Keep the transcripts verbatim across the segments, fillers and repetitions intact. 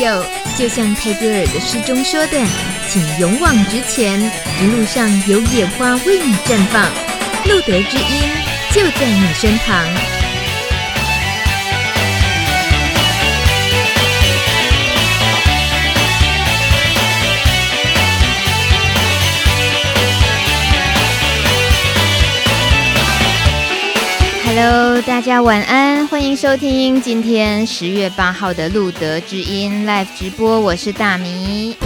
友，就像泰戈尔的诗中说的，请勇往直前，一路上有野花为你绽放，路德之音就在你身旁。Hello， 大家晚安，欢迎收听今天十月八号的路德之音 Live 直播，我是大米。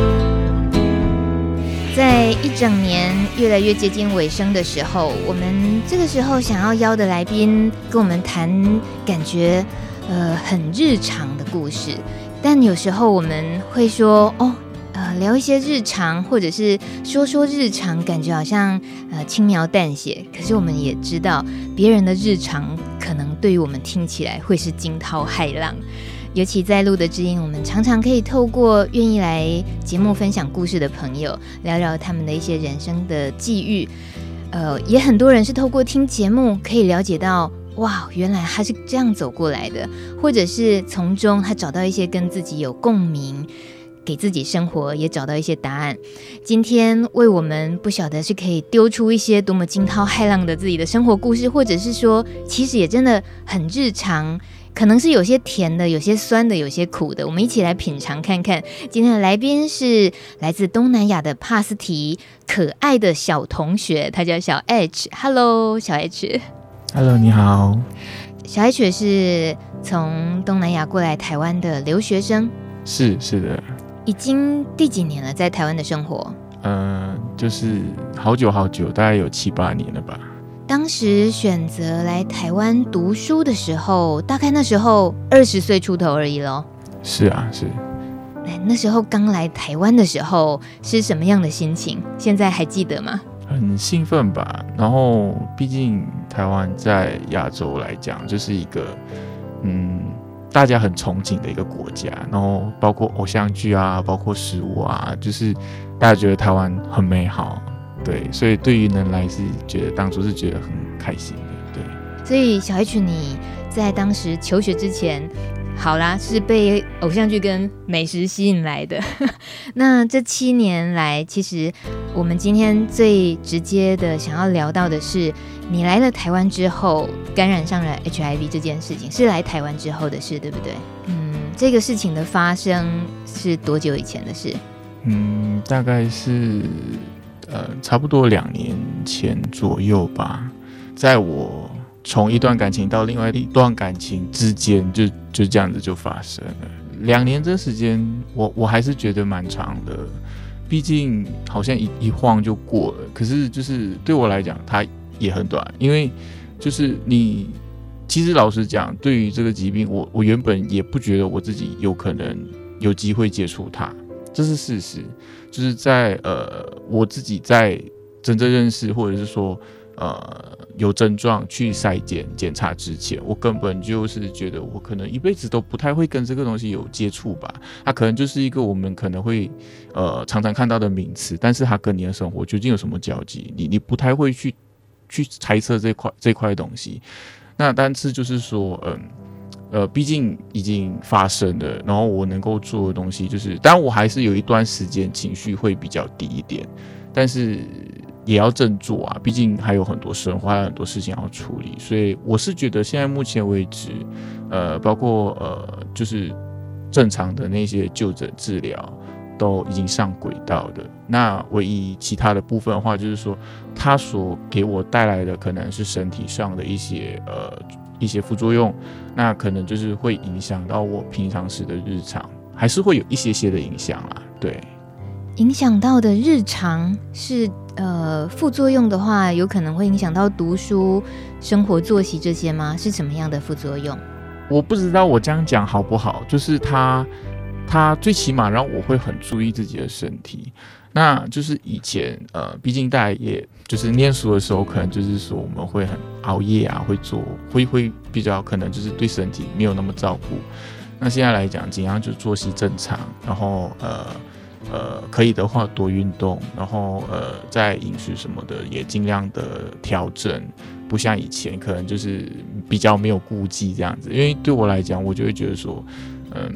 在一整年越来越接近尾声的时候，我们这个时候想要邀的来宾跟我们谈感觉呃很日常的故事，但有时候我们会说哦。呃，聊一些日常，或者是说说日常，感觉好像呃轻描淡写。可是我们也知道，别人的日常可能对于我们听起来会是惊涛骇浪。尤其在路德之音，我们常常可以透过愿意来节目分享故事的朋友，聊聊他们的一些人生的际遇。呃，也很多人是透过听节目可以了解到，哇，原来他是这样走过来的，或者是从中他找到一些跟自己有共鸣。给自己生活也找到一些答案。今天为我们不晓得是可以丢出一些多么惊涛骇浪的自己的生活故事，或者是说其实也真的很日常，可能是有些甜的，有些酸的，有些苦的，我们一起来品尝看看。今天的来宾是来自东南亚的帕斯提，可爱的小同学，他叫小 H。 Hello 小 H。 Hello 你好。 小 H 是从东南亚过来台湾的留学生。 是是的。 已经第几年了在台湾的生活？ 呃，就是好久好久，大概有七八年了吧。 当时选择来台湾读书的时候，大概那时候二十岁出头而已咯。 是啊，是。 那时候刚来台湾的时候是什么样的心情？现在还记得吗？ 很兴奋吧。然后，毕竟台湾在亚洲来讲，就是一个嗯。大家很憧憬的一个国家，然后包括偶像剧啊，包括食物啊，就是大家觉得台湾很美好，对，所以对于能来是觉得当初是觉得很开心的，对。 所以小 H 你在当时求学之前，好啦，是被偶像剧跟美食吸引来的。那这七年来，其实我们今天最直接的想要聊到的是，你来了台湾之后感染上了 H I V 这件事情，是来台湾之后的事，对不对？嗯，这个事情的发生是多久以前的事？ 嗯，大概是呃差不多两年前左右吧。在我从一段感情到另外一段感情之间，就就这样子就发生了。两年这时间，我我还是觉得蛮长的。毕竟好像 一, 一晃就过了，可是就是对我来讲，它也很短。因为就是你，其实老实讲，对于这个疾病，我我原本也不觉得我自己有可能有机会接触它，这是事实。就是在呃我自己在真正认识，或者是说呃有症状去筛检检查之前，我根本就是觉得我可能一辈子都不太会跟这个东西有接触吧。它可能就是一个我们可能会呃常常看到的名词，但是它跟你的生活究竟有什么交集，你你不太会去去猜测这块这块东西。那但是就是说，嗯呃，毕竟已经发生了，然后我能够做的东西就是，当然我还是有一段时间情绪会比较低一点，但是也要振作啊，毕竟还有很多生活，还有很多事情要处理，所以我是觉得现在目前为止，呃，包括呃，就是正常的那些就诊治疗都已经上轨道的。那唯一其他的部分的话，就是说，它所给我带来的可能是身体上的一些呃一些副作用，那可能就是会影响到我平常时的日常，还是会有一些些的影响啦，对。 影响到的日常是呃副作用的话，有可能会影响到读书、生活作息这些吗？是什么样的副作用？ 我不知道我这样讲好不好，就是它它最起码让我会很注意自己的身体。那就是以前呃，毕竟大家也就是念书的时候，可能就是说我们会很熬夜啊，会做会会比较可能就是对身体没有那么照顾。那现在来讲，尽量就作息正常，然后呃。呃，可以的话多运动，然后呃，在饮食什么的也尽量的调整，不像以前可能就是比较没有顾忌这样子。因为对我来讲，我就会觉得说，嗯，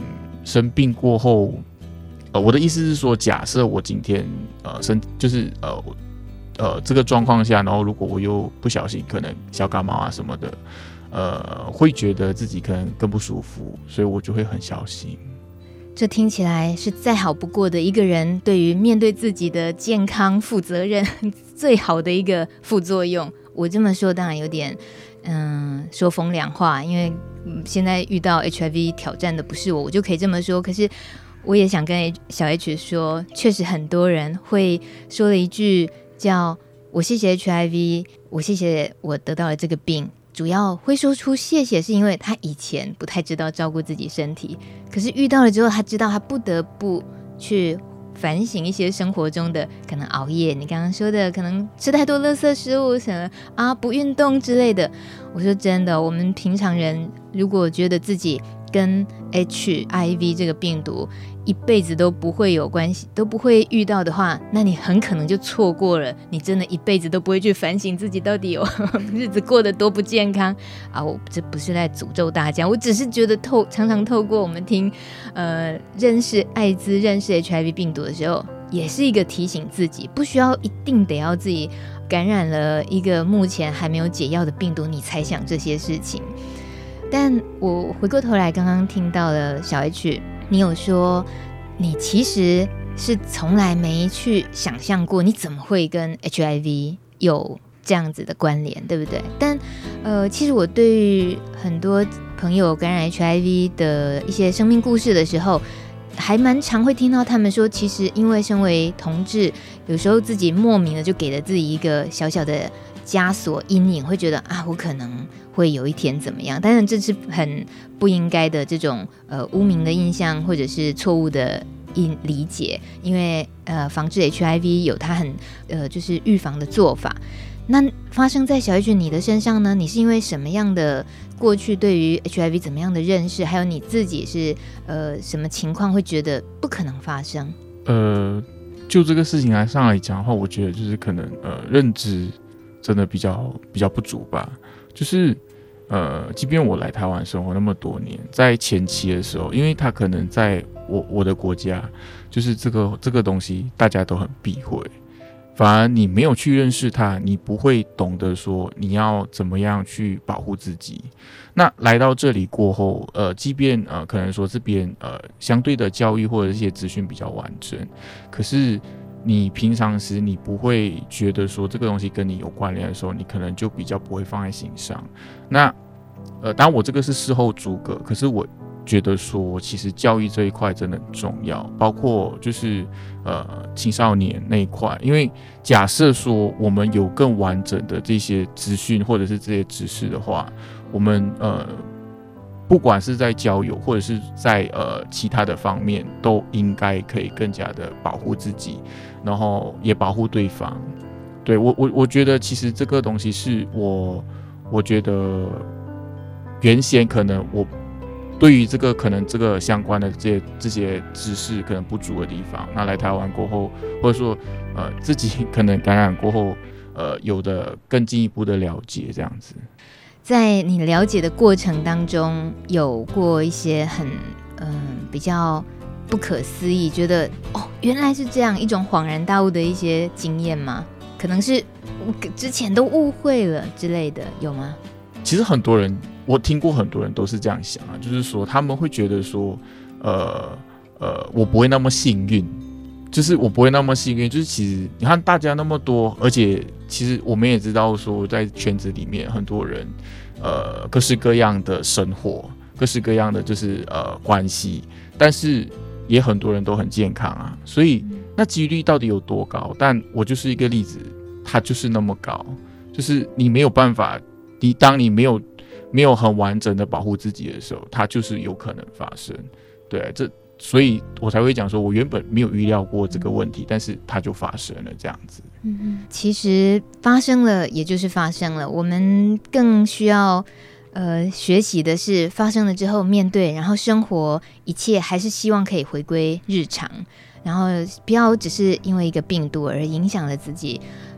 生病过后，呃，我的意思是说，假设我今天呃生就是呃呃这个状况下，然后如果我又不小心可能小感冒啊什么的，呃，会觉得自己可能更不舒服，所以我就会很小心。 这听起来是再好不过的一个人对于面对自己的健康负责任最好的一个副作用。我这么说当然有点嗯说风凉话，因为现在遇到 H I V 挑战的不是我，我就可以这么说。可是我也想跟小 H 说，确实很多人会说了一句叫我谢谢 H I V， 我谢谢我得到了这个病，主要会说出谢谢是因为他以前不太知道照顾自己身体，可是遇到了之后他知道他不得不去反省一些生活中的可能熬夜，你刚刚说的可能吃太多垃圾食物，什么啊不运动之类的。我说真的，我们平常人如果觉得自己跟 H I V 这个病毒一辈子都不会有关系，都不会遇到的话，那你很可能就错过了，你真的一辈子都不会去反省自己到底有日子过得多不健康啊！我这不是在诅咒大家，我只是觉得透常常透过我们听呃认识艾滋、认识 H I V 病毒的时候，也是一个提醒自己，不需要一定得要自己感染了一个目前还没有解药的病毒，你才想这些事情。但我回过头来，刚刚听到了小 H， 你有说你其实是从来没去想象过你怎么会跟 H I V 有这样子的关联，对不对？但呃，其实我对于很多朋友感染 H I V 的一些生命故事的时候，还蛮常会听到他们说，其实因为身为同志，有时候自己莫名的就给了自己一个小小的枷锁阴影，会觉得啊，我可能会有一天怎么样。当然这是很不应该的这种呃污名的印象，或者是错误的理解，因为呃防治 H I V 有它很呃就是预防的做法。那发生在小 H 你的身上呢？你是因为什么样的过去对于 H I V 怎么样的认识，还有你自己是呃什么情况会觉得不可能发生？ 呃，就这个事情来上来讲的话，我觉得就是可能呃认知真的比较比较不足吧。就是呃，即便我来台湾生活那么多年，在前期的时候，因为他可能在我我的国家，就是这个这个东西大家都很避讳。反而你没有去认识它，你不会懂得说你要怎么样去保护自己。那来到这里过后，呃，即便呃可能说这边呃相对的教育或者一些资讯比较完整，可是你平常时你不会觉得说这个东西跟你有关联的时候，你可能就比较不会放在心上。那呃，当然我这个是事后诸葛，可是我觉得说其实教育这一块真的很重要，包括就是呃青少年那一块，因为假设说我们有更完整的这些资讯或者是这些知识的话，我们呃不管是在交友或者是在呃其他的方面，都应该可以更加的保护自己，然后也保护对方。对，我我我觉得其实这个东西是我我觉得原先可能我对于这个可能这个相关的这些这些知识可能不足的地方，那来台湾过后，或者说呃自己可能感染过后，呃有的更进一步的了解这样子。 在你了解的过程当中，有过一些很嗯、呃、比较不可思议，觉得哦原来是这样一种恍然大悟的一些经验吗？可能是我之前都误会了之类的，有吗？ 其实很多人，我听过很多人都是这样想啊，就是说他们会觉得说，呃呃，我不会那么幸运，就是我不会那么幸运，就是其实你看大家那么多，而且其实我们也知道说，在圈子里面很多人，呃，各式各样的生活，各式各样的就是呃关系，但是也很多人都很健康啊，所以那几率到底有多高？但我就是一个例子，它就是那么高，就是你没有办法。你当你没有没有很完整的保护自己的时候，它就是有可能发生。对，这所以我才会讲说，我原本没有预料过这个问题，但是它就发生了这样子。 嗯，其实发生了，也就是发生了。我们更需要呃学习的是，发生了之后面对，然后生活一切还是希望可以回归日常。然后不要只是因为一个病毒而影响了自己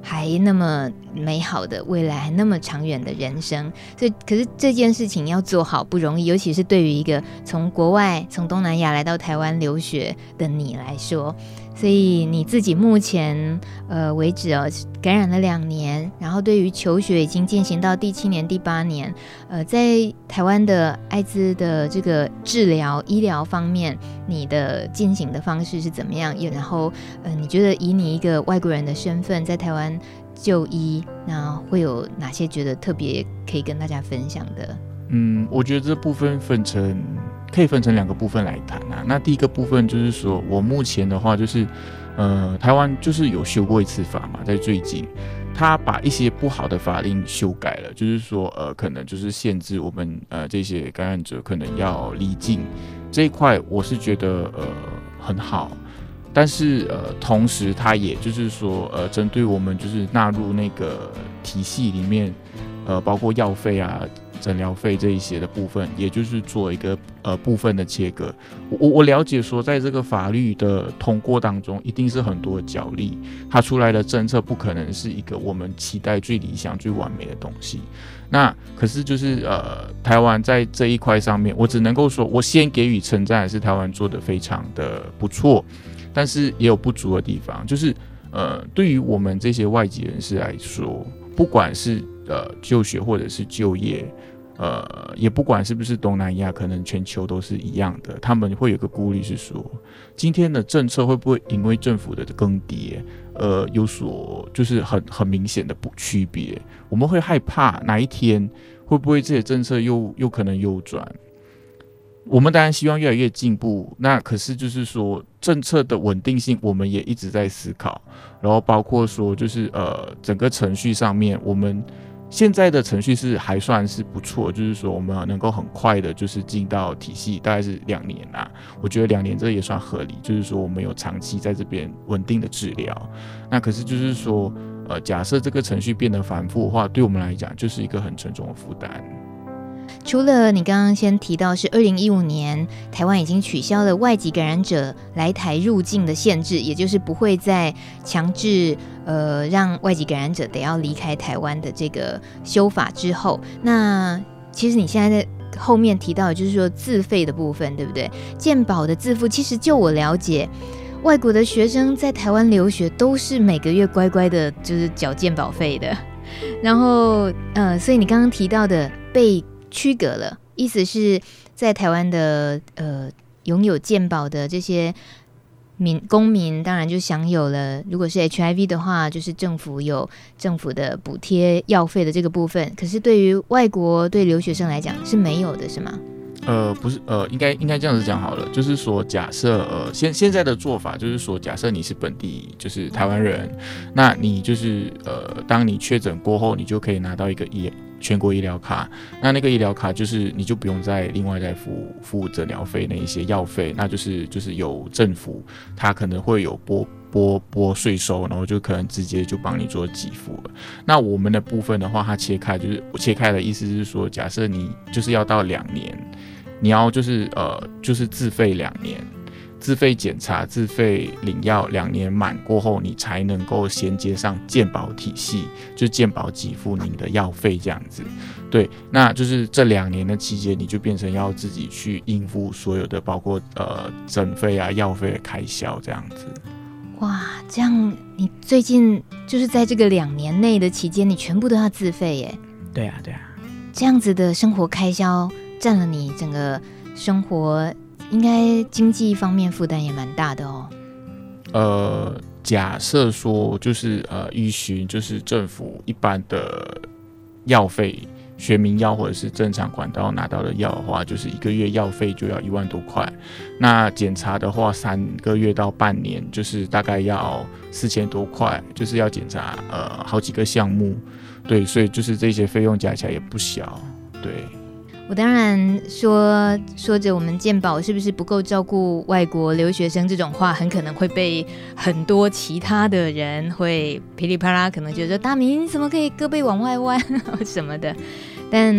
还那么美好的未来，还那么长远的人生。所以可是这件事情要做好不容易，尤其是对于一个从国外从东南亚来到台湾留学的你来说。所以你自己目前呃为止哦，感染了两年，然后对于求学已经进行到第七年、第八年，呃，在台湾的艾滋的这个治疗医疗方面，你的进行的方式是怎么样？也然后呃，你觉得以你一个外国人的身份在台湾就医，那会有哪些觉得特别可以跟大家分享的？ 嗯，我觉得这部分分成可以分成两个部分来谈啊。那第一个部分就是说，我目前的话就是，呃，台湾就是有修过一次法嘛，在最近，他把一些不好的法令修改了，就是说，呃，可能就是限制我们呃这些感染者可能要离境这一块，我是觉得呃很好。但是呃，同时他也就是说，呃，针对我们就是纳入那个体系里面，呃，包括药费啊、诊疗费这一些的部分，也就是做一个呃部分的切割。我我了解说，在这个法律的通过当中，一定是很多角力，它出来的政策不可能是一个我们期待最理想、最完美的东西。那可是就是呃，台湾在这一块上面，我只能够说，我先给予称赞，是台湾做得非常的不错。但是也有不足的地方，就是呃，对于我们这些外籍人士来说，不管是呃就学或者是就业，呃，也不管是不是东南亚，可能全球都是一样的，他们会有个顾虑是说，今天的政策会不会因为政府的更迭，呃，有所就是很很明显的不区别？我们会害怕哪一天会不会这些政策又又可能右转？我们当然希望越来越进步，那可是就是说政策的稳定性，我们也一直在思考。然后包括说就是呃整个程序上面，我们现在的程序是还算是不错，就是说我们能够很快的，就是进到体系，大概是两年啊。我觉得两年这也算合理，就是说我们有长期在这边稳定的治疗。那可是就是说呃假设这个程序变得繁复的话，对我们来讲就是一个很沉重的负担。 除了你刚刚先提到是二零一五年台湾已经取消了外籍感染者来台入境的限制，也就是不会再强制呃让外籍感染者得要离开台湾的这个修法之后，那其实你现在在后面提到的就是说自费的部分，对不对？健保的自付，其实就我了解，外国的学生在台湾留学都是每个月乖乖的就是缴健保费的，然后呃，所以你刚刚提到的被区隔了，意思是在台湾的呃拥有健保的这些民公民，当然就享有了，如果是 H I V 的话，就是政府有政府的补贴药费的这个部分，可是对于外国对留学生来讲是没有的，是吗？ 呃，不是，呃，应该应该这样子讲好了，就是说，假设呃，现现在的做法就是说，假设你是本地就是台湾人，那你就是呃，当你确诊过后，你就可以拿到一个医全国医疗卡，那那个医疗卡就是你就不用再另外再付付诊疗费那一些药费，那就是就是由政府它可能会有拨拨拨税收，然后就可能直接就帮你做给付了。那我们的部分的话，它切开就是切开的意思是说，假设你就是要到两年。你要就是呃就是自费两年，自费检查、自费领药，两年满过后，你才能够衔接上健保体系，就是健保给付你的药费这样子。对，那就是这两年的期间，你就变成要自己去应付所有的，包括呃诊费啊、药费的开销这样子。 哇，这样你最近就是在这个两年内的期间，你全部都要自费耶？ 对啊，对啊。 这样子的生活开销占了你整个生活，应该经济方面负担也蛮大的哦。 呃，假设说就是呃，依循就是政府一般的药费，学名药或者是正常管道拿到的药的话，就是一个月药费就要一万多块。那检查的话，三个月到半年，就是大概要四千多块，就是要检查呃好几个项目。对，所以就是这些费用加起来也不小。对。 我当然说说着我们健保是不是不够照顾外国留学生这种话，很可能会被很多其他的人会噼里啪啦，可能觉得大明怎么可以胳膊往外弯什么的。但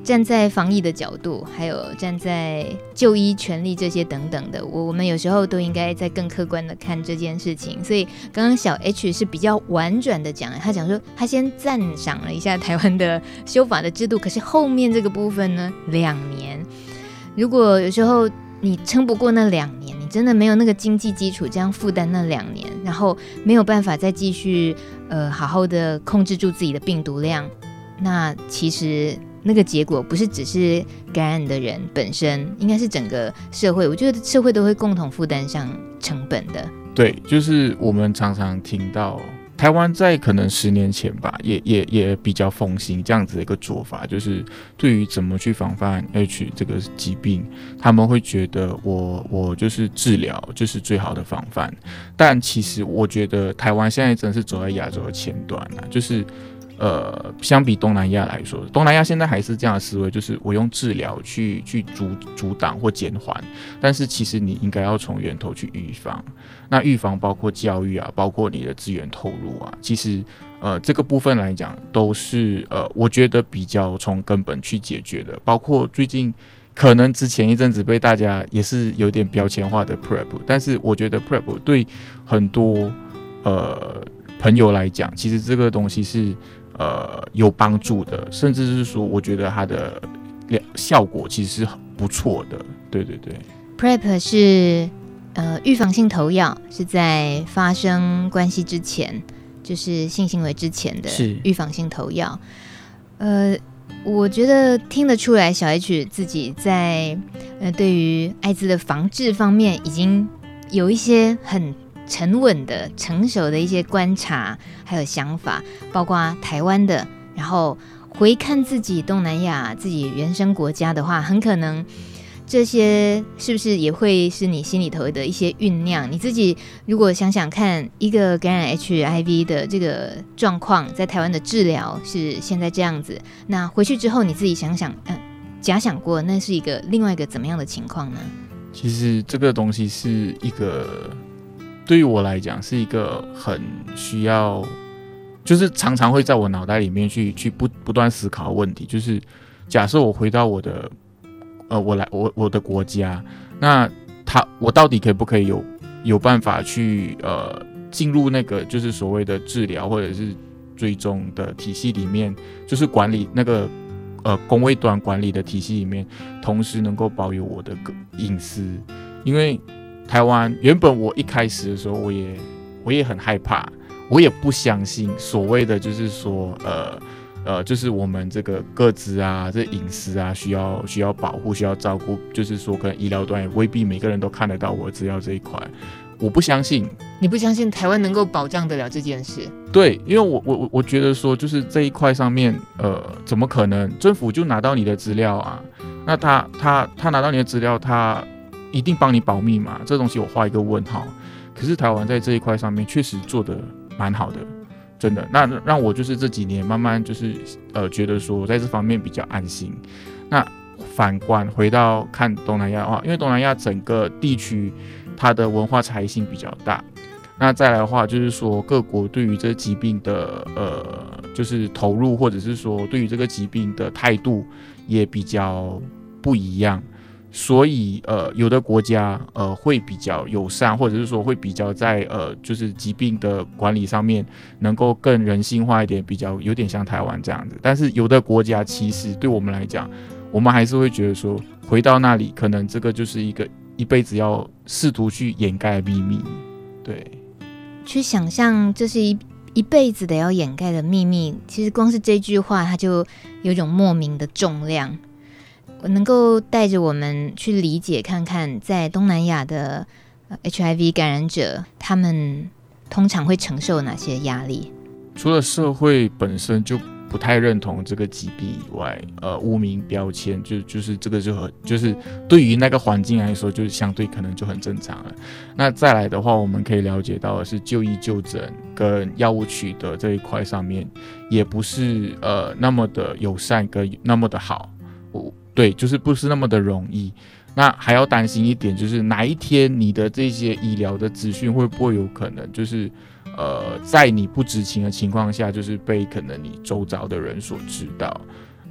站在防疫的角度，还有站在就医权利这些等等的，我我们有时候都应该再更客观的看这件事情。所以刚刚小 H 是比较婉转的讲，他讲说他先赞赏了一下台湾的修法的制度，可是后面这个部分呢，两年，如果有时候你撑不过那两年，你真的没有那个经济基础这样负担那两年，然后没有办法再继续呃好好的控制住自己的病毒量，那其实那个结果不是只是感染的人本身，应该是整个社会，我觉得社会都会共同负担上成本的。 对，就是我们常常听到台湾在可能十年前吧，也也也比较风行这样子的一个做法，就是对于怎么去防范 H 这个疾病，他们会觉得我我就是治疗就是最好的防范。但其实我觉得台湾现在真的是走在亚洲的前端啊，就是呃，相比东南亚来说，东南亚现在还是这样的思维，就是我用治疗去去阻阻挡或减缓，但是其实你应该要从源头去预防。那预防包括教育啊，包括你的资源投入啊，其实呃这个部分来讲都是呃我觉得比较从根本去解决的。包括最近可能之前一阵子被大家也是有点标签化的 P R E P， 但是我觉得 P R E P 对很多呃朋友来讲，其实这个东西是呃有帮助的，甚至是说我觉得它的效果其实是很不错的。对对对 P R E P 是呃预防性投药，是在发生关系之前，就是性行为之前的预防性投药。呃我觉得听得出来小 H 自己在呃对于艾滋的防治方面已经有一些很沉稳的成熟的一些观察还有想法，包括台湾的，然后回看自己东南亚自己原生国家的话，很可能这些是不是也会是你心里头的一些酝酿？你自己如果想想看，一个感染 H I V 的这个状况在台湾的治疗是现在这样子，那回去之后你自己想想、呃、假想过那是一个另外一个怎么样的情况呢？ 其实这个东西是一个对于我来讲是一个很需要，就是常常会在我脑袋里面去去不不断思考的问题，就是假设我回到我的呃我来我我的国家，那他我到底可不可以有有办法去呃进入那个就是所谓的治疗或者是追踪的体系里面，就是管理那个呃公卫端管理的体系里面，同时能够保有我的隐私，因为台湾原本我一开始的时候，我也我也很害怕，我也不相信所谓的就是说，呃呃，就是我们这个个资啊，这隐私啊，需要需要保护，需要照顾，就是说可能医疗端也未必每个人都看得到我资料这一块，我不相信。 你不相信台湾能够保障得了这件事？ 对，因为我我我觉得说，就是这一块上面，呃，怎么可能政府就拿到你的资料啊？那他他他拿到你的资料，他一定帮你保密嘛？这东西我画一个问号。可是台湾在这一块上面确实做得蛮好的，真的。那让我就是这几年慢慢就是呃觉得说在这方面比较安心。那反观回到看东南亚的话，因为东南亚整个地区它的文化差异性比较大。那再来的话，就是说各国对于这个疾病的呃，就是投入，或者是说对于这个疾病的态度也比较不一样。所以呃，有的国家呃会比较友善，或者是说会比较在呃就是疾病的管理上面能够更人性化一点，比较有点像台湾这样子。但是有的国家其实对我们来讲，我们还是会觉得说，回到那里可能这个就是一个一辈子要试图去掩盖的秘密。对， 去想象这是一一辈子的要掩盖的秘密，其实光是这句话它就有一种莫名的重量。我能够带着我们去理解看看，在东南亚的 H I V 感染者，他们通常会承受哪些压力？ 除了社会本身就不太认同这个疾病以外，呃，污名标签就就是这个就很就是对于那个环境来说，就是相对可能就很正常了。那再来的话，我们可以了解到的是就医就诊跟药物取得这一块上面，也不是呃那么的友善跟那么的好。对，就是不是那么的容易。那还要担心一点，就是哪一天你的这些医疗的资讯会不会有可能，就是呃，在你不知情的情况下，就是被可能你周遭的人所知道。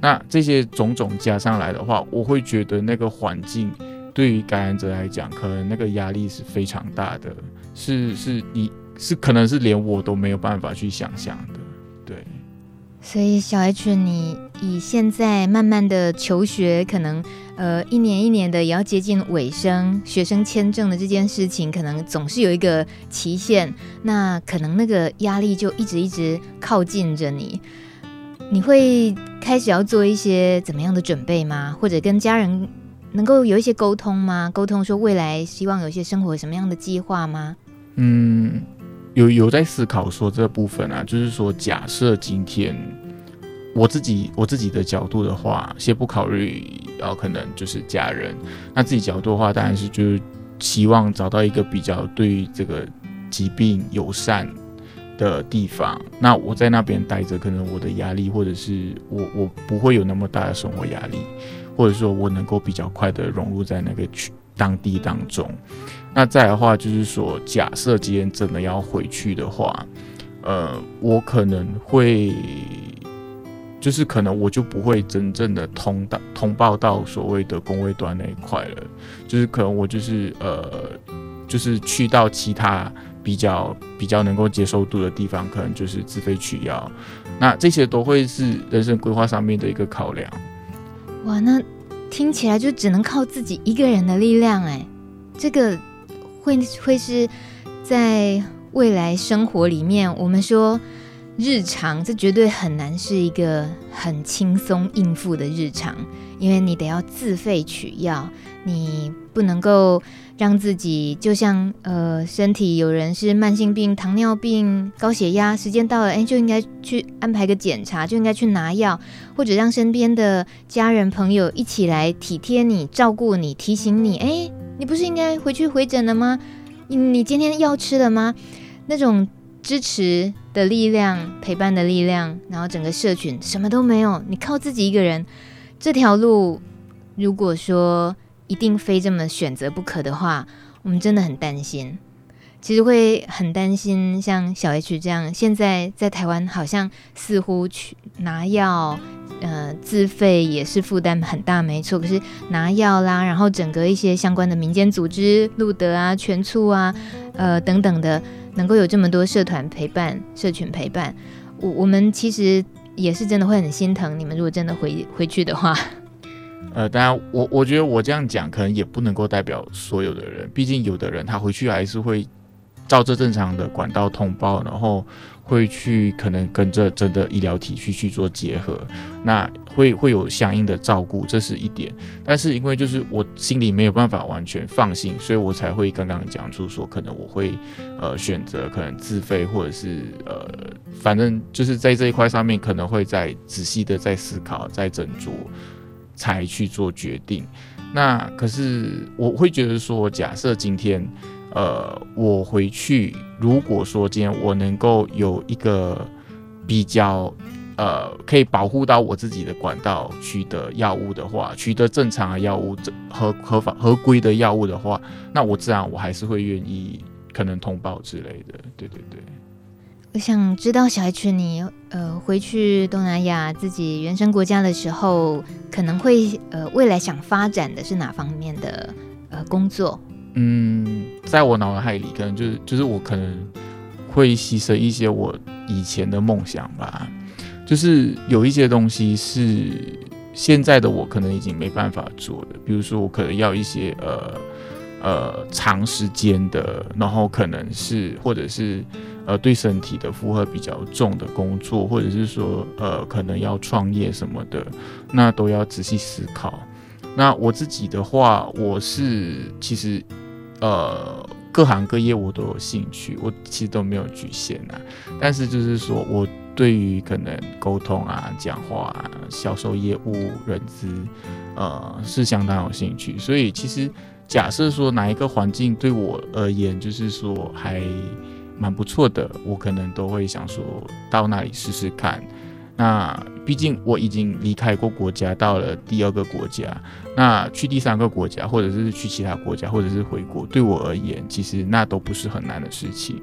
那这些种种加上来的话，我会觉得那个环境对于感染者来讲，可能那个压力是非常大的，是是你是可能是连我都没有办法去想象的，对。 所以小 H， 你以现在慢慢的求学，可能呃一年一年的也要接近尾声，学生签证的这件事情，可能总是有一个期限，那可能那个压力就一直一直靠近着你。你会开始要做一些怎么样的准备吗？或者跟家人能够有一些沟通吗？沟通说未来希望有一些生活什么样的计划吗？ 嗯。有有在思考说这部分啊，就是说假设今天我自己我自己的角度的话，先不考虑呃可能就是家人，那自己角度的话，当然是就是希望找到一个比较对于这个疾病友善的地方。那我在那边待着，可能我的压力或者是我我不会有那么大的生活压力，或者说我能够比较快的融入在那个区当地当中。那再来的话就是说，假设今天真的要回去的话，呃，我可能会，就是可能我就不会真正的通到通报到所谓的公卫端那一块了，就是可能我就是呃，就是去到其他比较比较能够接受度的地方，可能就是自费取药，那这些都会是人生规划上面的一个考量。 哇，那听起来就只能靠自己一个人的力量哎，这个。会会是在未来生活里面，我们说日常，这绝对很难是一个很轻松应付的日常，因为你得要自费取药，你不能够让自己就像呃身体有人是慢性病、糖尿病、高血压，时间到了，哎就应该去安排个检查，就应该去拿药，或者让身边的家人朋友一起来体贴你、照顾你、提醒你，哎。你不是应该回去回诊了吗？你今天药吃了吗？那种支持的力量、陪伴的力量，然后整个社群什么都没有，你靠自己一个人，这条路如果说一定非这么选择不可的话，我们真的很担心。其实会很担心，像小 H 这样，现在在台湾好像似乎去拿药。呃，自费也是负担很大，没错。可是拿药啦，然后整个一些相关的民间组织，路德啊、全促啊，呃等等的，能够有这么多社团陪伴、社群陪伴，我我们其实也是真的会很心疼你们。如果真的回回去的话， 呃，当然我我觉得我这样讲可能也不能够代表所有的人，毕竟有的人他回去还是会照着正常的管道通报，然后会去可能跟着真的医疗体系去做结合，那会会有相应的照顾，这是一点。但是因为就是我心里没有办法完全放心，所以我才会刚刚讲出说，可能我会呃选择可能自费，或者是呃反正就是在这一块上面可能会再仔细的再思考、再斟酌，才去做决定。那可是我会觉得说，假设今天。呃，我回去，如果说今天我能够有一个比较呃可以保护到我自己的管道取得药物的话，取得正常的药物合合法合规的药物的话，那我自然我还是会愿意可能通报之类的。对对对。 我想知道小 H 你呃回去东南亚自己原生国家的时候，可能会呃未来想发展的是哪方面的呃工作？ 嗯，在我脑海里，可能就是就是我可能会牺牲一些我以前的梦想吧，就是有一些东西是现在的我可能已经没办法做的，比如说我可能要一些呃呃长时间的，然后可能是或者是呃对身体的负荷比较重的工作，或者是说呃可能要创业什么的，那都要仔细思考。那我自己的话，我是其实呃各行各业我都有兴趣，我其实都没有局限啊。但是就是说我对于可能沟通啊、讲话啊、销售业务、人资，呃是相当有兴趣。所以其实假设说哪一个环境对我而言就是说还蛮不错的，我可能都会想说到那里试试看。那毕竟我已经离开过国家，到了第二个国家，那去第三个国家，或者是去其他国家，或者是回国，对我而言，其实那都不是很难的事情。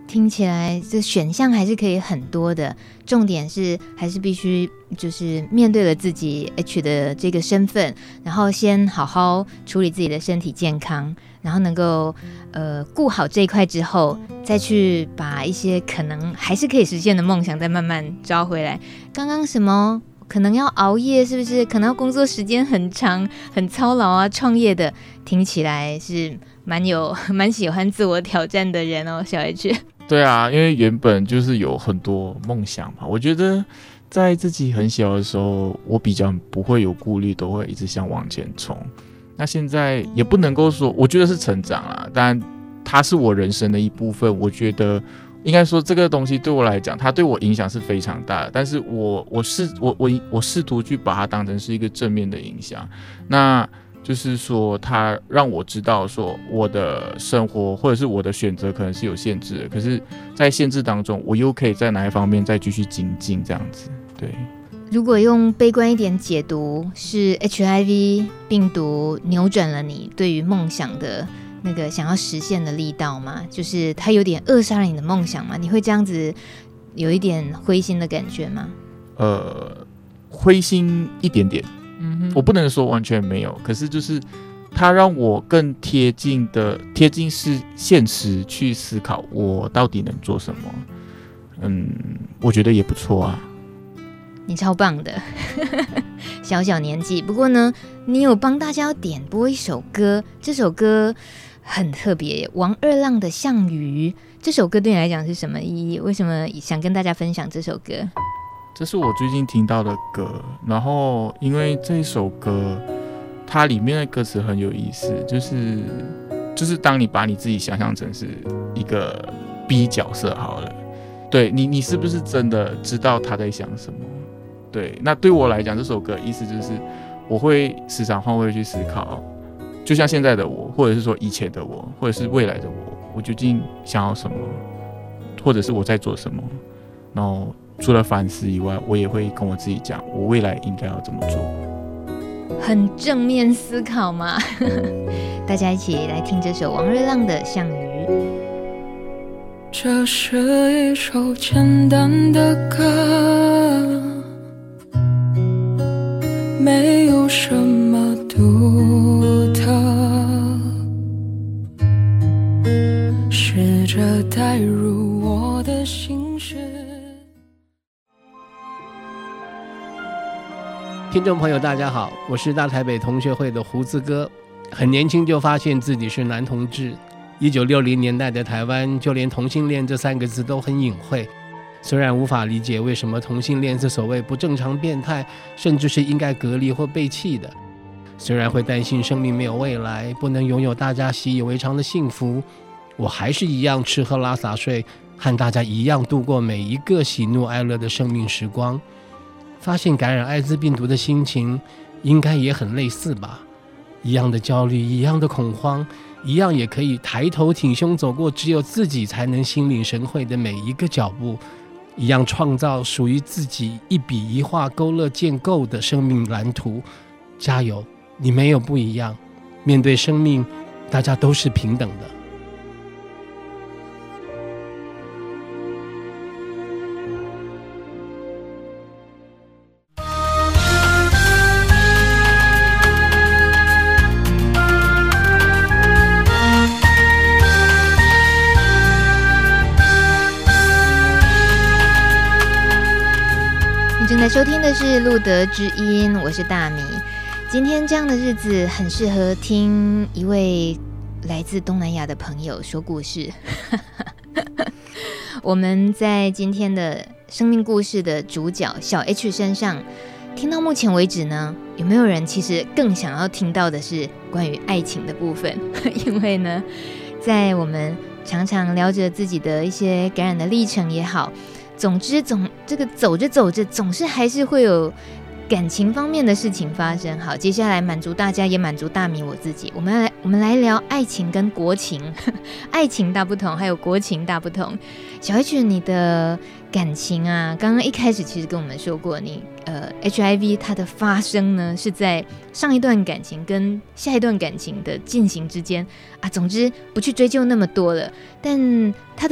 听起来这选项还是可以很多的，重点是还是必须就是面对了自己 H 的这个身份，然后先好好处理自己的身体健康，然后能够呃顾好这一块之后，再去把一些可能还是可以实现的梦想再慢慢招回来。刚刚什么可能要熬夜，是不是可能要工作时间很长很操劳啊，创业的听起来是蛮有蛮喜欢自我挑战的人哦，小 H。 对啊，因为原本就是有很多梦想嘛，我觉得在自己很小的时候，我比较不会有顾虑，都会一直想往前冲。那现在也不能够说，我觉得是成长啦，但它是我人生的一部分。我觉得应该说这个东西对我来讲，它对我影响是非常大的。但是我我试我我我试图去把它当成是一个正面的影响。那就是说，它让我知道说我的生活或者是我的选择可能是有限制的，可是，在限制当中，我又可以在哪一方面再继续精进，这样子。对。 如果用悲观一点解读，是 H I V 病毒扭转了你对于梦想的那个想要实现的力道吗？就是它有点扼杀了你的梦想吗？你会这样子有一点灰心的感觉吗？ 呃，灰心一点点。嗯，我不能说完全没有，可是就是它让我更贴近的贴近是现实去思考我到底能做什么。嗯，我觉得也不错啊。 你超棒的小小年纪，不过呢你有帮大家点播一首歌，这首歌很特别，王二浪的项羽。这首歌对你来讲是什么意义？为什么想跟大家分享这首歌？ 这是我最近听到的歌，然后因为这首歌它里面的歌词很有意思，就是就是当你把你自己想象成是一个 B 角色好了，对你你是不是真的知道他在想什么？对，那对我来讲，这首歌的意思就是我会时常换位去思考，就像现在的我，或者是说以前的我，或者是未来的我，我究竟想要什么，或者是我在做什么，然后除了反思以外，我也会跟我自己讲，我未来应该要怎么做。 很正面思考嘛大家一起来听这首王二浪的《项羽》。 这是一首简单的歌，没有什么独特，试着带入我的心事。 听众朋友大家好，我是大台北同学会的胡子哥。很年轻就发现自己是男同志，一九六零年代的台湾，就连同性恋这三个字都很隐晦。虽然无法理解为什么同性恋是所谓不正常变态，甚至是应该隔离或背弃的，虽然会担心生命没有未来，不能拥有大家习以为常的幸福，我还是一样吃喝拉撒睡，和大家一样度过每一个喜怒哀乐的生命时光。发现感染艾滋病毒的心情应该也很类似吧，一样的焦虑，一样的恐慌，一样也可以抬头挺胸走过只有自己才能心领神会的每一个脚步，一样创造属于自己一笔一画勾勒建构的生命蓝图。加油，你没有不一样，面对生命大家都是平等的。 正在收听的是路德之音，我是大米。今天这样的日子很适合听一位来自东南亚的朋友说故事我们在今天的生命故事的主角小 H 身上听到目前为止呢，有没有人其实更想要听到的是关于爱情的部分因为呢，在我们常常聊着自己的一些感染的历程也好，总之总这个走着走着总是还是会有感情方面的事情发生。好，接下来满足大家也满足大米我自己，我们来我们来聊爱情跟国情爱情大不同，还有国情大不同。小 H 你的感情啊，刚刚一开始其实跟我们说过，你呃 H I V 它的发生呢是在上一段感情跟下一段感情的进行之间啊，总之不去追究那么多了，但它的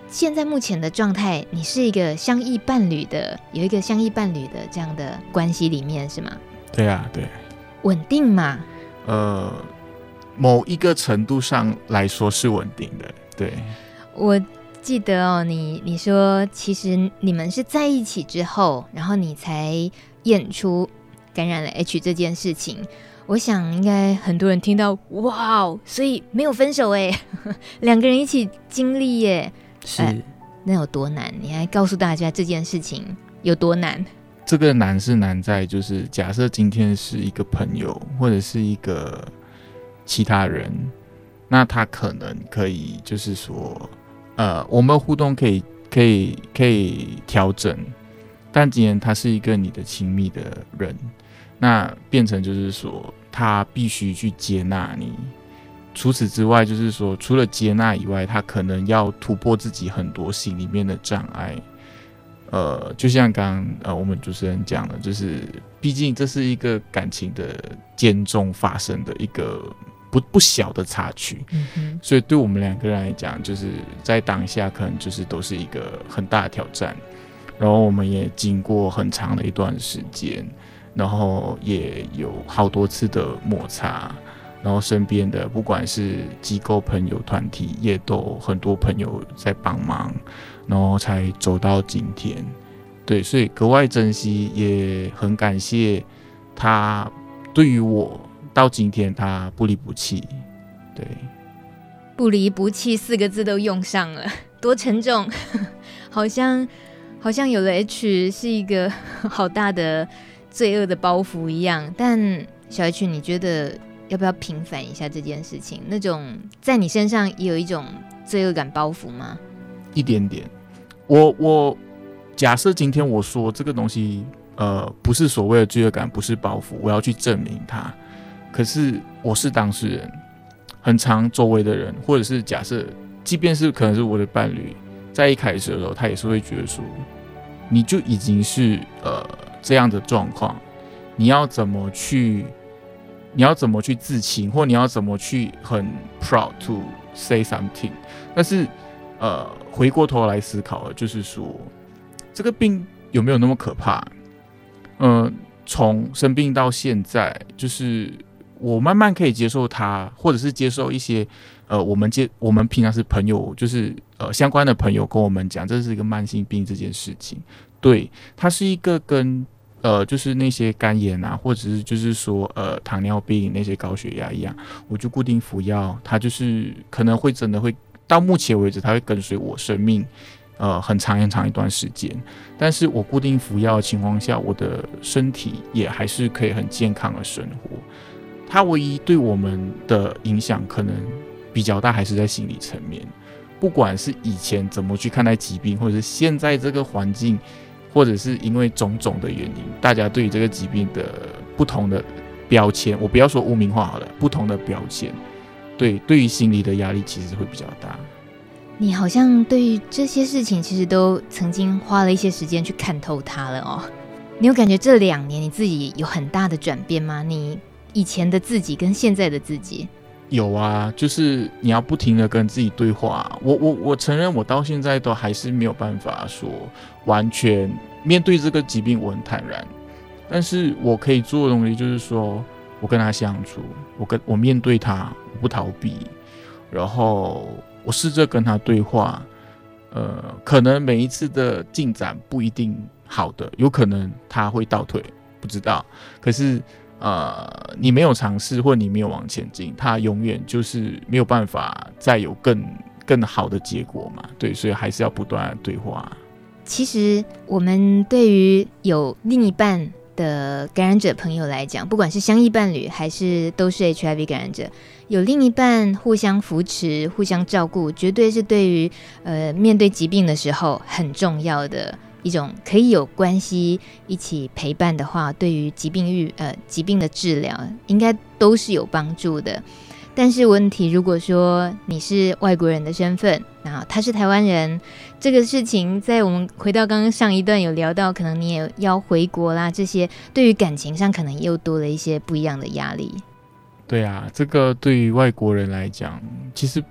现在目前的状态，你是一个相依伴侣的，有一个相依伴侣的这样的关系里面是吗？ 对啊，对， 稳定嘛？ 呃，某一个程度上来说是稳定的。对， 我记得哦，你你说其实你们是在一起之后，然后你才验出感染了 H 这件事情。我想应该很多人听到，哇哦，所以没有分手哎，两个人一起经历耶， 是、 呃、那有多难？你还告诉大家这件事情有多难？ 这个难是难在就是假设今天是一个朋友或者是一个其他人，那他可能可以就是说，呃，我们互动可以可以可以调整，但今天他是一个你的亲密的人。那变成就是说，他必须去接纳你。除此之外，就是说，除了接纳以外，他可能要突破自己很多心里面的障碍。呃，就像刚刚呃我们主持人讲的，就是毕竟这是一个感情的间中发生的一个不不小的插曲， 嗯哼， 所以对我们两个人来讲，就是在当下可能就是都是一个很大的挑战。然后我们也经过很长的一段时间。然后也有好多次的摩擦，然后身边的不管是机构、朋友、团体，也都很多朋友在帮忙，然后才走到今天。对，所以格外珍惜，也很感谢他对于我到今天他不离不弃。对， 不离不弃四个字都用上了，多沉重，好像好像有了 H 是一个好大的罪恶的包袱一样。但小 H， 你觉得要不要平反一下这件事情？那种在你身上也有一种罪恶感包袱吗？ 一点点。我我假设今天我说这个东西，呃，不是所谓的罪恶感，不是包袱，我要去证明它。可是我是当事人，很常周围的人，或者是假设，即便是可能是我的伴侣，在一开始的时候，他也是会觉得说，你就已经是呃。这样的状况，你要怎么去？你要怎么去自清，或你要怎么去很 proud to say something？ 但是，呃，回过头来思考，就是说，这个病有没有那么可怕？嗯、呃，从生病到现在，就是我慢慢可以接受它，或者是接受一些呃，我们接我们平常是朋友，就是呃相关的朋友跟我们讲，这是一个慢性病这件事情。对，它是一个跟呃，就是那些肝炎啊，或者是就是说呃糖尿病那些高血压一样，我就固定服药，它就是可能会真的会到目前为止，它会跟随我生命呃很长很长一段时间。但是我固定服药的情况下，我的身体也还是可以很健康的生活。它唯一对我们的影响可能比较大，还是在心理层面。不管是以前怎么去看待疾病，或者是现在这个环境。或者是因为种种的原因，大家对于这个疾病的不同的标签，我不要说污名化好了，不同的标签，对，对于心理的压力其实会比较大。 你好像对于这些事情，其实都曾经花了一些时间去看透它了哦。你有感觉这两年你自己有很大的转变吗？你以前的自己跟现在的自己？ 有啊，就是你要不停的跟自己对话。我我我承认，我到现在都还是没有办法说完全面对这个疾病，我很坦然。但是我可以做的东西就是说，我跟他相处，我跟我面对他，我不逃避，然后我试着跟他对话。呃，可能每一次的进展不一定好的，有可能他会倒退，不知道。可是。呃，你没有尝试，或你没有往前进，它永远就是没有办法再有更更好的结果嘛。对，所以还是要不断的对话。 其实我们对于有另一半的感染者朋友来讲，不管是相依伴侣还是都是 H I V 感染者，有另一半互相扶持、互相照顾，绝对是对于呃面对疾病的时候很重要的。一种可以有关系一起陪伴的话，对于疾病预呃疾病的治疗应该都是有帮助的。但是问题，如果说你是外国人的身份，然后他是台湾人，这个事情在我们回到刚刚上一段有聊到，可能你也要回国啦，这些对于感情上可能又多了一些不一样的压力。 对啊，这个对于外国人来讲，其实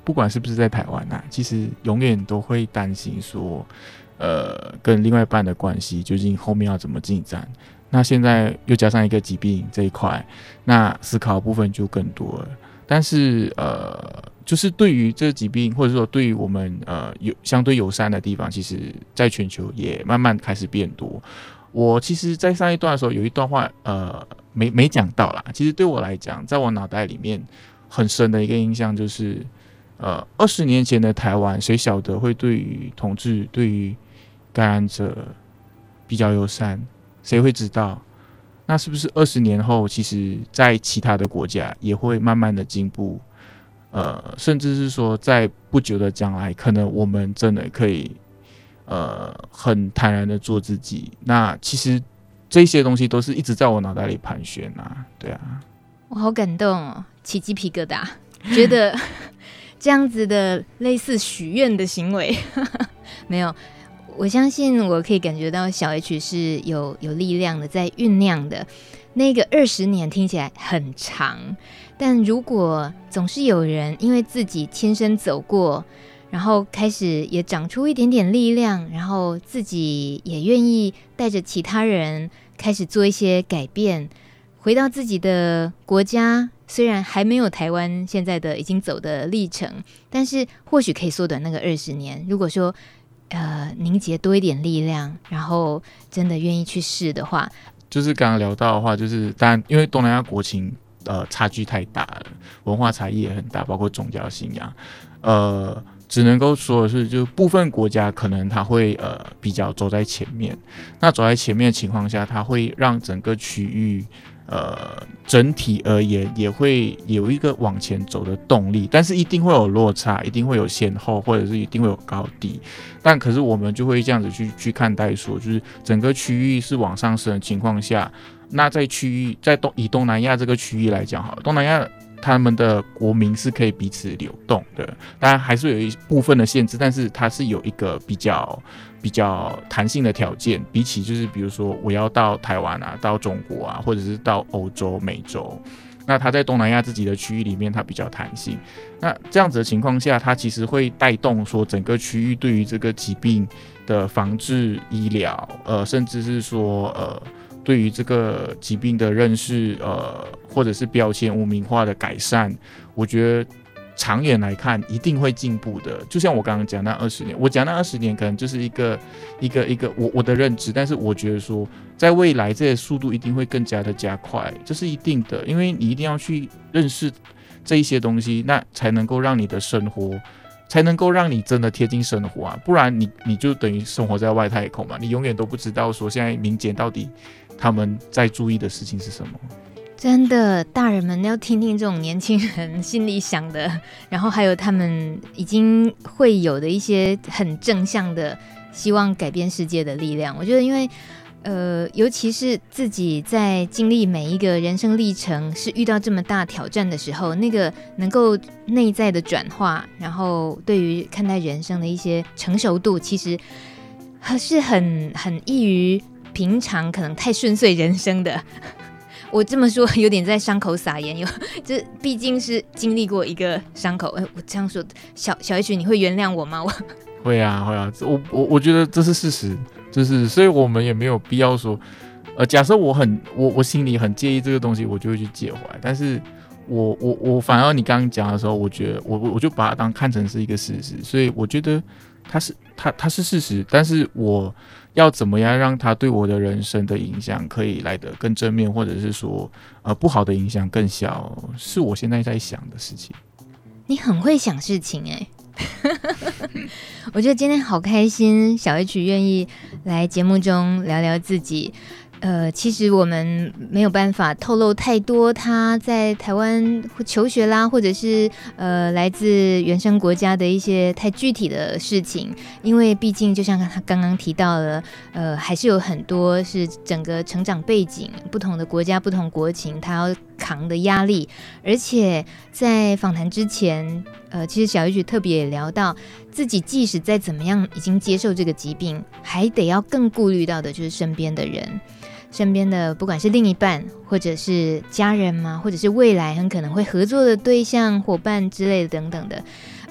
不管是不是在台湾啊，其实永远都会担心说，呃，跟另外一半的关系究竟后面要怎么进展。那现在又加上一个疾病这一块，那思考的部分就更多了。但是呃，就是对于这个疾病，或者说对于我们呃有相对友善的地方，其实在全球也慢慢开始变多。我其实，在上一段的时候有一段话，呃，没没讲到啦。其实对我来讲，在我脑袋里面很深的一个印象就是，呃，二十年前的台湾，谁晓得会对于同志、对于感染者比较友善？谁会知道？那是不是二十年后，其实在其他的国家也会慢慢的进步？呃，甚至是说，在不久的将来，可能我们真的可以。呃，很坦然的做自己。那其实这些东西都是一直在我脑袋里盘旋啊，对啊。 我好感动哦，起鸡皮疙瘩，觉得这样子的类似许愿的行为，没有。我相信我可以感觉到小 H 是有有力量的，在酝酿的。那个二十年听起来很长，但如果总是有人因为自己亲身走过。然后开始也长出一点点力量，然后自己也愿意带着其他人开始做一些改变，回到自己的国家。虽然还没有台湾现在的已经走的历程，但是或许可以缩短那个二十年。如果说呃凝结多一点力量，然后真的愿意去试的话， 就是刚刚聊到的话，就是当然因为东南亚国情呃差距太大了，文化差异也很大，包括宗教信仰，呃。只能够说的是，就部分国家可能它会呃比较走在前面，那走在前面的情况下，它会让整个区域呃整体而言也会有一个往前走的动力，但是一定会有落差，一定会有先后，或者是一定会有高低。但可是我们就会这样子去去看待说，就是整个区域是往上升的情况下，那在区域在东以东南亚这个区域来讲好了，东南亚。他们的国民是可以彼此流动的，当然还是有一部分的限制，但是它是有一个比较比较弹性的条件，比起就是比如说我要到台湾啊，到中国啊，或者是到欧洲、美洲，那它在东南亚自己的区域里面，它比较弹性。那这样子的情况下，它其实会带动说整个区域对于这个疾病的防治、医疗，呃，甚至是说呃。对于这个疾病的认识，呃，或者是标签污名化的改善，我觉得长远来看一定会进步的。就像我刚刚讲那二十年，我讲那二十年可能就是一个一个一个我我的认知，但是我觉得说，在未来这些速度一定会更加的加快，这是一定的，因为你一定要去认识这一些东西，那才能够让你的生活。才能够让你真的贴近生活啊，不然你你就等于生活在外太空嘛，你永远都不知道说现在民间到底他们在注意的事情是什么。 真的，大人们要听听这种年轻人心里想的，然后还有他们已经会有的一些很正向的希望改变世界的力量。我觉得因为呃，尤其是自己在经历每一个人生历程是遇到这么大挑战的时候，那个能够内在的转化，然后对于看待人生的一些成熟度，其实是很很异于平常可能太顺遂人生的。我这么说有点在伤口撒盐，有这毕竟是经历过一个伤口。我这样说，小小 H 你会原谅我吗？我会啊会啊，我我我觉得这是事实。就是，所以我们也没有必要说，呃，假设我很我我心里很介意这个东西，我就会去介怀。但是我我我反而你刚刚讲的时候，我觉得我我就把它当看成是一个事实，所以我觉得它是它它是事实，但是我要怎么样让它对我的人生的影响可以来得更正面，或者是说呃不好的影响更小，是我现在在想的事情。 你很会想事情哎、欸。我觉得今天好开心，小 H 愿意来节目中聊聊自己。呃，其实我们没有办法透露太多他在台湾求学啦，或者是呃来自原生国家的一些太具体的事情，因为毕竟就像他刚刚提到了，呃，还是有很多是整个成长背景不同的国家、不同国情，他要扛的压力。而且在访谈之前，呃，其实小 H 特别也聊到，自己即使再怎么样已经接受这个疾病，还得要更顾虑到的就是身边的人。身边的不管是另一半或者是家人嘛，或者是未来很可能会合作的对象、伙伴之类的等等的，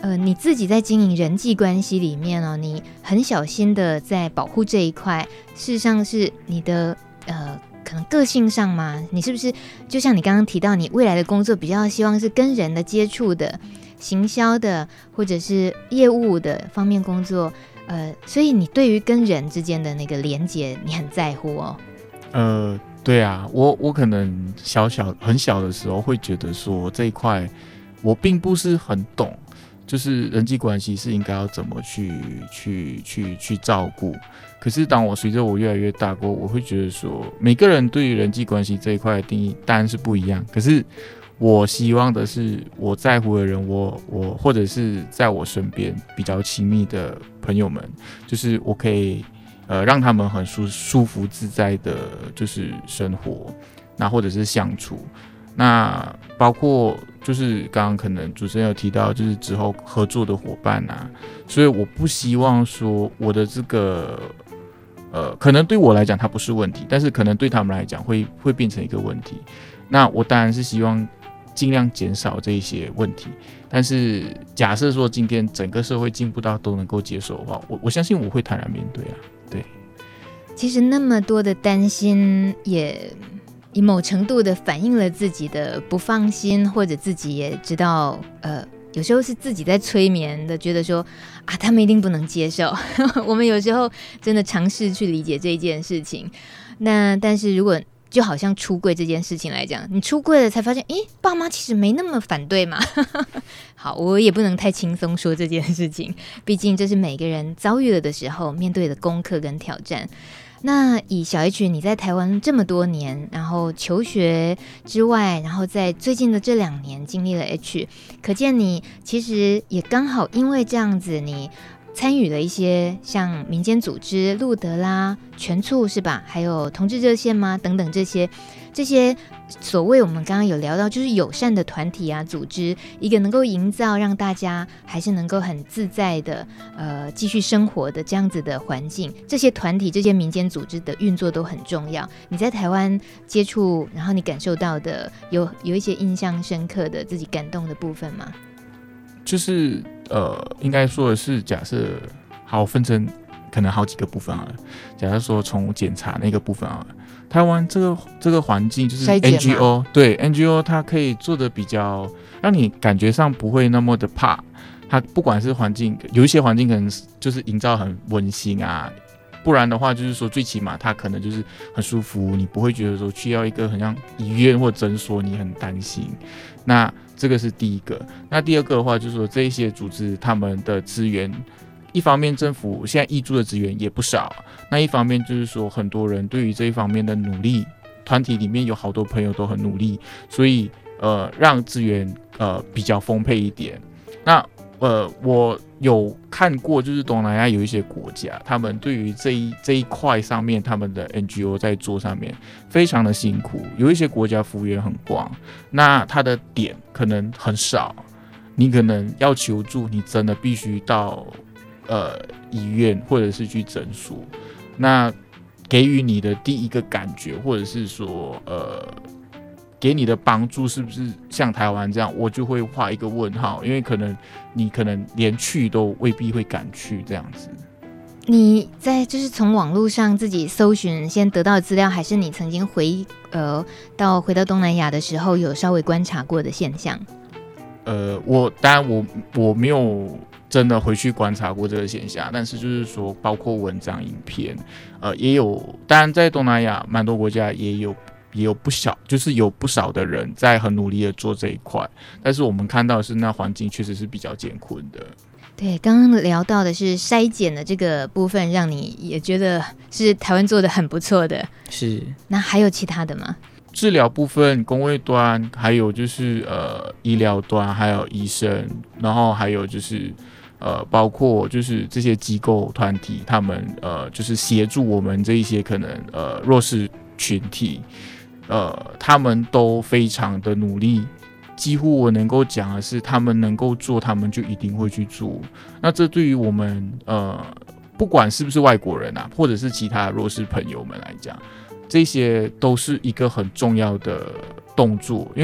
呃，你自己在经营人际关系里面哦，你很小心的在保护这一块，事实上是你的呃，可能个性上嘛，你是不是就像你刚刚提到，你未来的工作比较希望是跟人的接触的、行销的或者是业务的方面工作，呃，所以你对于跟人之间的那个连结，你很在乎哦。 呃，对啊，我我可能小小很小的时候会觉得说这一块我并不是很懂。就是人际关系是应该要怎么去去去去照顾，可是当我随着我越来越大过，我会觉得说，每个人对于人际关系这一块的定义当然是不一样。可是我希望的是，我在乎的人，我我或者是在我身边比较亲密的朋友们，就是我可以呃让他们很舒舒服自在的，就是生活，那或者是相处。那包括就是刚刚可能主持人有提到，就是之后合作的伙伴啊，所以我不希望说我的这个呃，可能对我来讲它不是问题，但是可能对他们来讲会会变成一个问题。那我当然是希望尽量减少这一些问题，但是假设说今天整个社会进步到都能够接受的话，我我相信我会坦然面对啊。对， 其实那么多的担心也以某程度的反映了自己的不放心，或者自己也知道，呃，有时候是自己在催眠的，觉得说啊，他们一定不能接受。我们有时候真的尝试去理解这一件事情。那但是如果就好像出柜这件事情来讲，你出柜了才发现，诶，爸妈其实没那么反对嘛。好，我也不能太轻松说这件事情，毕竟这是每个人遭遇了的时候面对的功课跟挑战。那以小 H 你在台湾这么多年，然后求学之外，然后在最近的这两年经历了 H， 可见你其实也刚好因为这样子，你参与了一些像民间组织路德啦、全促是吧，还有同志热线吗等等，这些这些所谓我们刚刚有聊到就是友善的团体啊组织，一个能够营造让大家还是能够很自在的呃继续生活的这样子的环境，这些团体这些民间组织的运作都很重要。你在台湾接触，然后你感受到的有有一些印象深刻的自己感动的部分吗？ 就是呃，应该说的是，假设好分成可能好几个部分好了。假设说从检查那个部分好了，台湾这个这个环境就是 N G O， 对 N G O 它可以做的比较让你感觉上不会那么的怕。它不管是环境，有一些环境可能就是营造很温馨啊，不然的话就是说最起码它可能就是很舒服，你不会觉得说去到一个很像医院或诊所你很担心。那这个是第一个。那第二个的话就是说这一些组织他们的资源，一方面政府现在挹注的资源也不少，那一方面就是说很多人对于这一方面的努力，团体里面有好多朋友都很努力，所以呃让资源呃比较丰沛一点。那呃我有看过就是东南亚有一些国家，他们对于这一这一块上面他们的 N G O 在做上面非常的辛苦，有一些国家幅员很广，那它的点可能很少，你可能要求助你真的必须到呃医院或者是去诊所，那给予你的第一个感觉或者是说呃给你的帮助是不是像台湾这样，我就会画一个问号，因为可能你可能连去都未必会敢去这样子。 你在就是从网络上自己搜寻先得到的资料，还是你曾经回呃到回到东南亚的时候有稍微观察过的现象？ 呃，我当然我我没有真的回去观察过这个现象，但是就是说包括文章、影片，呃，也有，当然在东南亚蛮多国家也有。也有不少，就是有不少的人在很努力的做这一块，但是我们看到的是那环境确实是比较艰困的。 对，刚刚聊到的是筛检的这个部分，让你也觉得是台湾做的很不错的。 是， 那还有其他的吗？ 治疗部分、公卫端，还有就是呃医疗端，还有医生，然后还有就是呃包括就是这些机构团体，他们呃就是协助我们这一些可能呃弱势群体。呃，他们都非常的努力，几乎我能够讲的是，他们能够做，他们就一定会去做。那这对于我们呃，不管是不是外国人啊，或者是其他的弱势朋友们来讲，这些都是一个很重要的动作。因为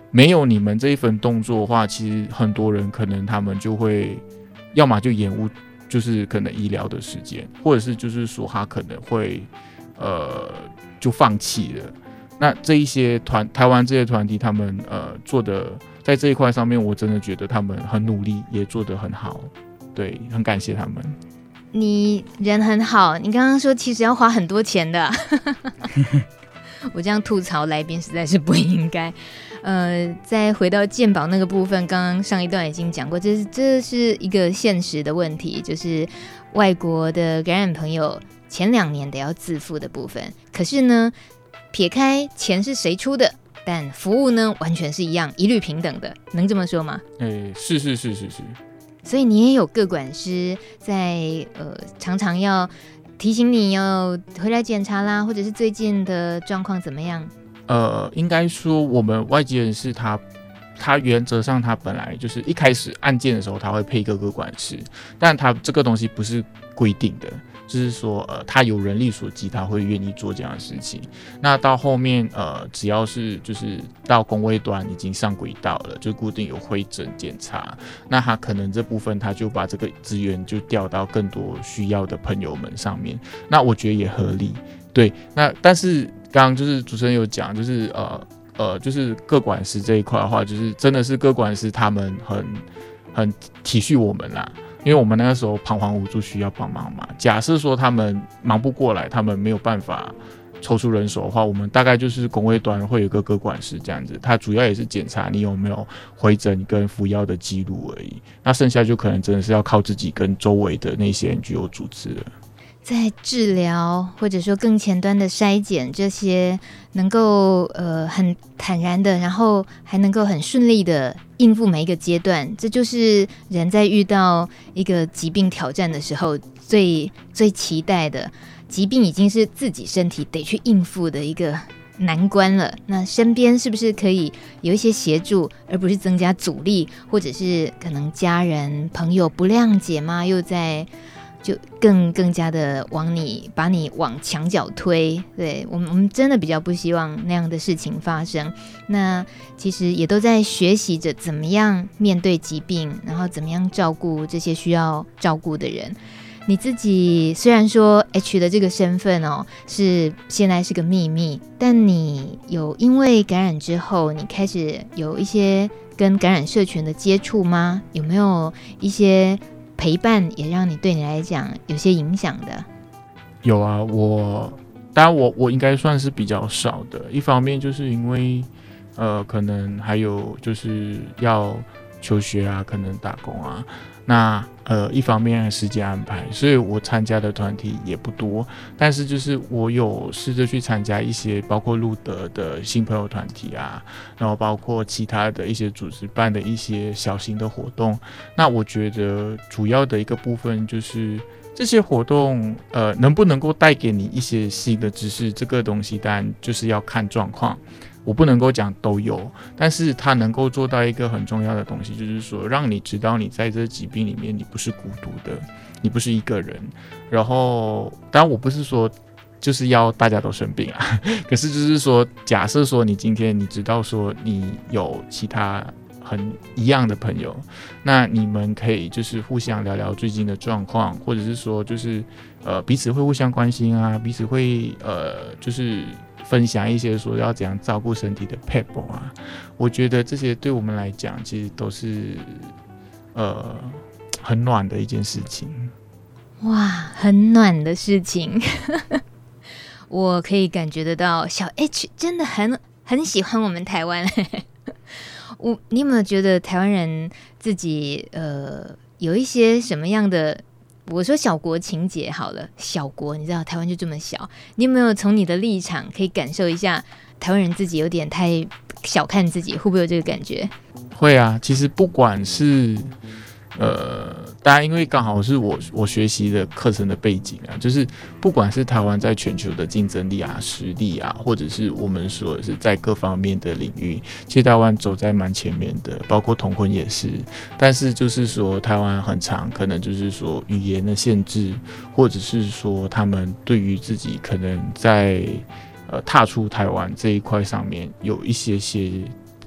没有你们这一份动作的话，其实很多人可能他们就会要么就延误，就是可能医疗的时间，或者是就是说他可能会呃就放弃了。那这一些团台湾这些团体，他们呃做的在这一块上面，我真的觉得他们很努力，也做得很好，对，很感谢他们。 你人很好，你刚刚说其实要花很多钱的、啊，我这样吐槽来宾实在是不应该。呃，再回到健保那个部分，刚刚上一段已经讲过，这是这是一个现实的问题，就是外国的感染朋友前两年得要自付的部分，可是呢，撇开钱是谁出的，但服务呢完全是一样，一律平等的，能这么说吗？ 诶，是是是是是。 所以你也有个管师在呃，常常要提醒你要回来检查啦，或者是最近的状况怎么样？ 呃，应该说我们外籍人士他他原则上他本来就是一开始案件的时候他会配一个个管师，但他这个东西不是规定的，就是说呃他有人力所及，他会愿意做这样的事情。那到后面呃只要是就是到公卫端已经上轨道了，就固定有会诊检查，那他可能这部分他就把这个资源就调到更多需要的朋友们上面，那我觉得也合理。对，那但是刚刚就是主持人有讲，就是呃呃，就是个管师这一块的话，就是真的是个管师他们很很体恤我们啦，因为我们那个时候彷徨无助，需要帮忙嘛。假设说他们忙不过来，他们没有办法抽出人手的话，我们大概就是公卫端会有个个管师这样子，他主要也是检查你有没有回诊跟服药的记录而已。那剩下就可能真的是要靠自己跟周围的那些 N G O 组织了。 在治疗或者说更前端的筛检，这些能够呃很坦然的，然后还能够很顺利的应付每一个阶段，这就是人在遇到一个疾病挑战的时候最最期待的。疾病已经是自己身体得去应付的一个难关了，那身边是不是可以有一些协助，而不是增加阻力，或者是可能家人朋友不谅解吗？又在就更更加的往你把你往墙角推，对我们我们真的比较不希望那样的事情发生。那其实也都在学习着怎么样面对疾病，然后怎么样照顾这些需要照顾的人。你自己虽然说 H 的这个身份哦是现在是个秘密，但你有因为感染之后，你开始有一些跟感染社群的接触吗？有没有一些陪伴也让你对你来讲有些影响的？ 有啊，我当然我我应该算是比较少的。一方面就是因为呃，可能还有就是要求学啊，可能打工啊。那呃，一方面时间安排，所以我参加的团体也不多。但是就是我有试着去参加一些，包括路德的新朋友团体啊，然后包括其他的一些组织办的一些小型的活动。那我觉得主要的一个部分就是这些活动，呃，能不能够带给你一些新的知识，这个东西当然就是要看状况。我不能够讲都有，但是它能够做到一个很重要的东西，就是说让你知道你在这疾病里面你不是孤独的，你不是一个人。然后当然我不是说就是要大家都生病啊，可是就是说假设说你今天你知道说你有其他很一样的朋友，那你们可以就是互相聊聊最近的状况，或者是说就是呃彼此会互相关心啊，彼此会呃就是分享一些说要怎样照顾身体的 pebble 啊，我觉得这些对我们来讲其实都是呃很暖的一件事情。 哇，很暖的事情我可以感觉得到小 H 真的很很喜欢我们台湾我你有没有觉得台湾人自己呃有一些什么样的，我说小国情节好了，小国你知道台湾就这么小，你有没有从你的立场可以感受一下台湾人自己有点太小看自己，会不会有这个感觉？ 会啊，其实不管是呃，当然因为刚好是我我学习的课程的背景啊，就是不管是台湾在全球的竞争力啊、实力啊，或者是我们说的是在各方面的领域，其实台湾走在蛮前面的，包括同婚也是。但是就是说台湾很长，可能就是说语言的限制，或者是说他们对于自己可能在呃踏出台湾这一块上面有一些些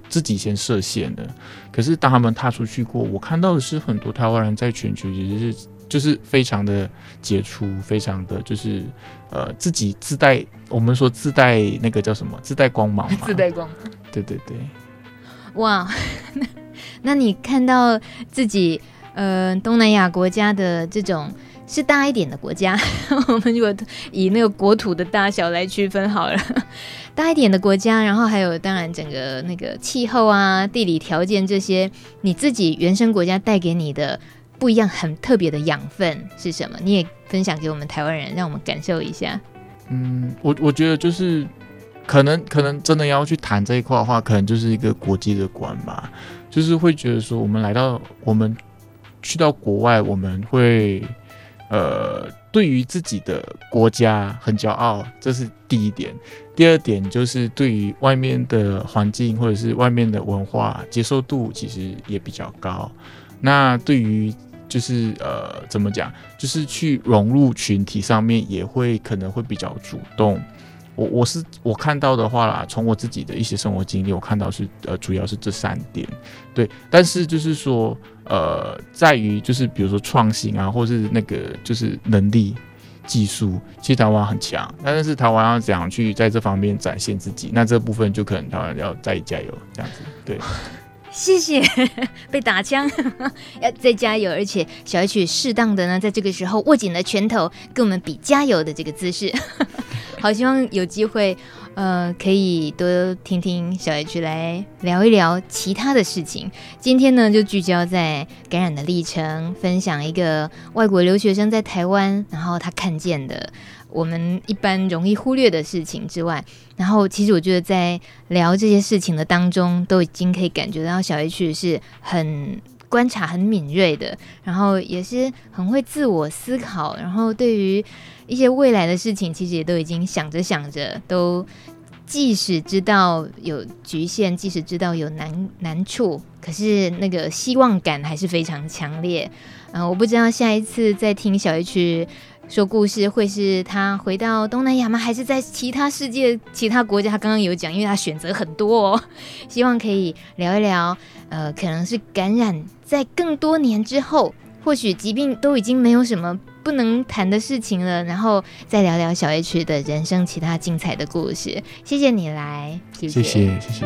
自己先设限了。可是当他们踏出去过，我看到的是很多台湾人在全球其实是就是非常的杰出，非常的就是呃自己自带，我们说自带那个叫什么，自带光芒嘛， 自带光芒， 对对对， 哇，那那你看到自己呃东南亚国家的这种是大一点的国家，我们如果以那个国土的大小来区分好了，大一点的国家，然后还有当然整个那个气候啊、地理条件这些，你自己原生国家带给你的不一样、很特别的养分是什么？你也分享给我们台湾人，让我们感受一下。 嗯，我我觉得就是可能可能真的要去谈这一块的话，可能就是一个国际的观吧，就是会觉得说我们来到我们去到国外，我们会呃对于自己的国家很骄傲，这是第一点。第二点就是对于外面的环境或者是外面的文化接受度其实也比较高。那对于就是呃怎么讲，就是去融入群体上面也会可能会比较主动。我我是我看到的话啦，从我自己的一些生活经历，我看到是呃主要是这三点，对。但是就是说呃在于就是比如说创新啊，或是那个就是能力技术，其实台湾很强，但是台湾要怎样去在这方面展现自己，那这部分就可能台湾要再加油这样子，对。 谢谢，被打枪，要再加油，而且小 H 适当的呢，在这个时候握紧了拳头，跟我们比加油的这个姿势。好，希望有机会，呃，可以多听听小 H 来聊一聊其他的事情。今天呢，就聚焦在感染的历程，分享一个外国留学生在台湾，然后他看见的我们一般容易忽略的事情之外，然后其实我觉得在聊这些事情的当中，都已经可以感觉到小 H 是很观察很敏锐的，然后也是很会自我思考，然后对于一些未来的事情，其实也都已经想着想着，都即使知道有局限，即使知道有难难处，可是那个希望感还是非常强烈。嗯、呃，我不知道下一次再听小 H说故事会是他回到东南亚吗？还是在其他世界、其他国家？他刚刚有讲，因为他选择很多哦，希望可以聊一聊。呃，可能是感染在更多年之后，或许疾病都已经没有什么不能谈的事情了，然后再聊聊小 H 的人生其他精彩的故事。谢谢你来，谢谢， 谢谢，谢谢。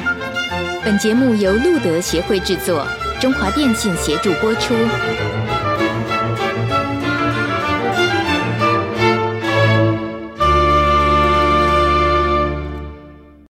本节目由路德协会制作，中华电信协助播出。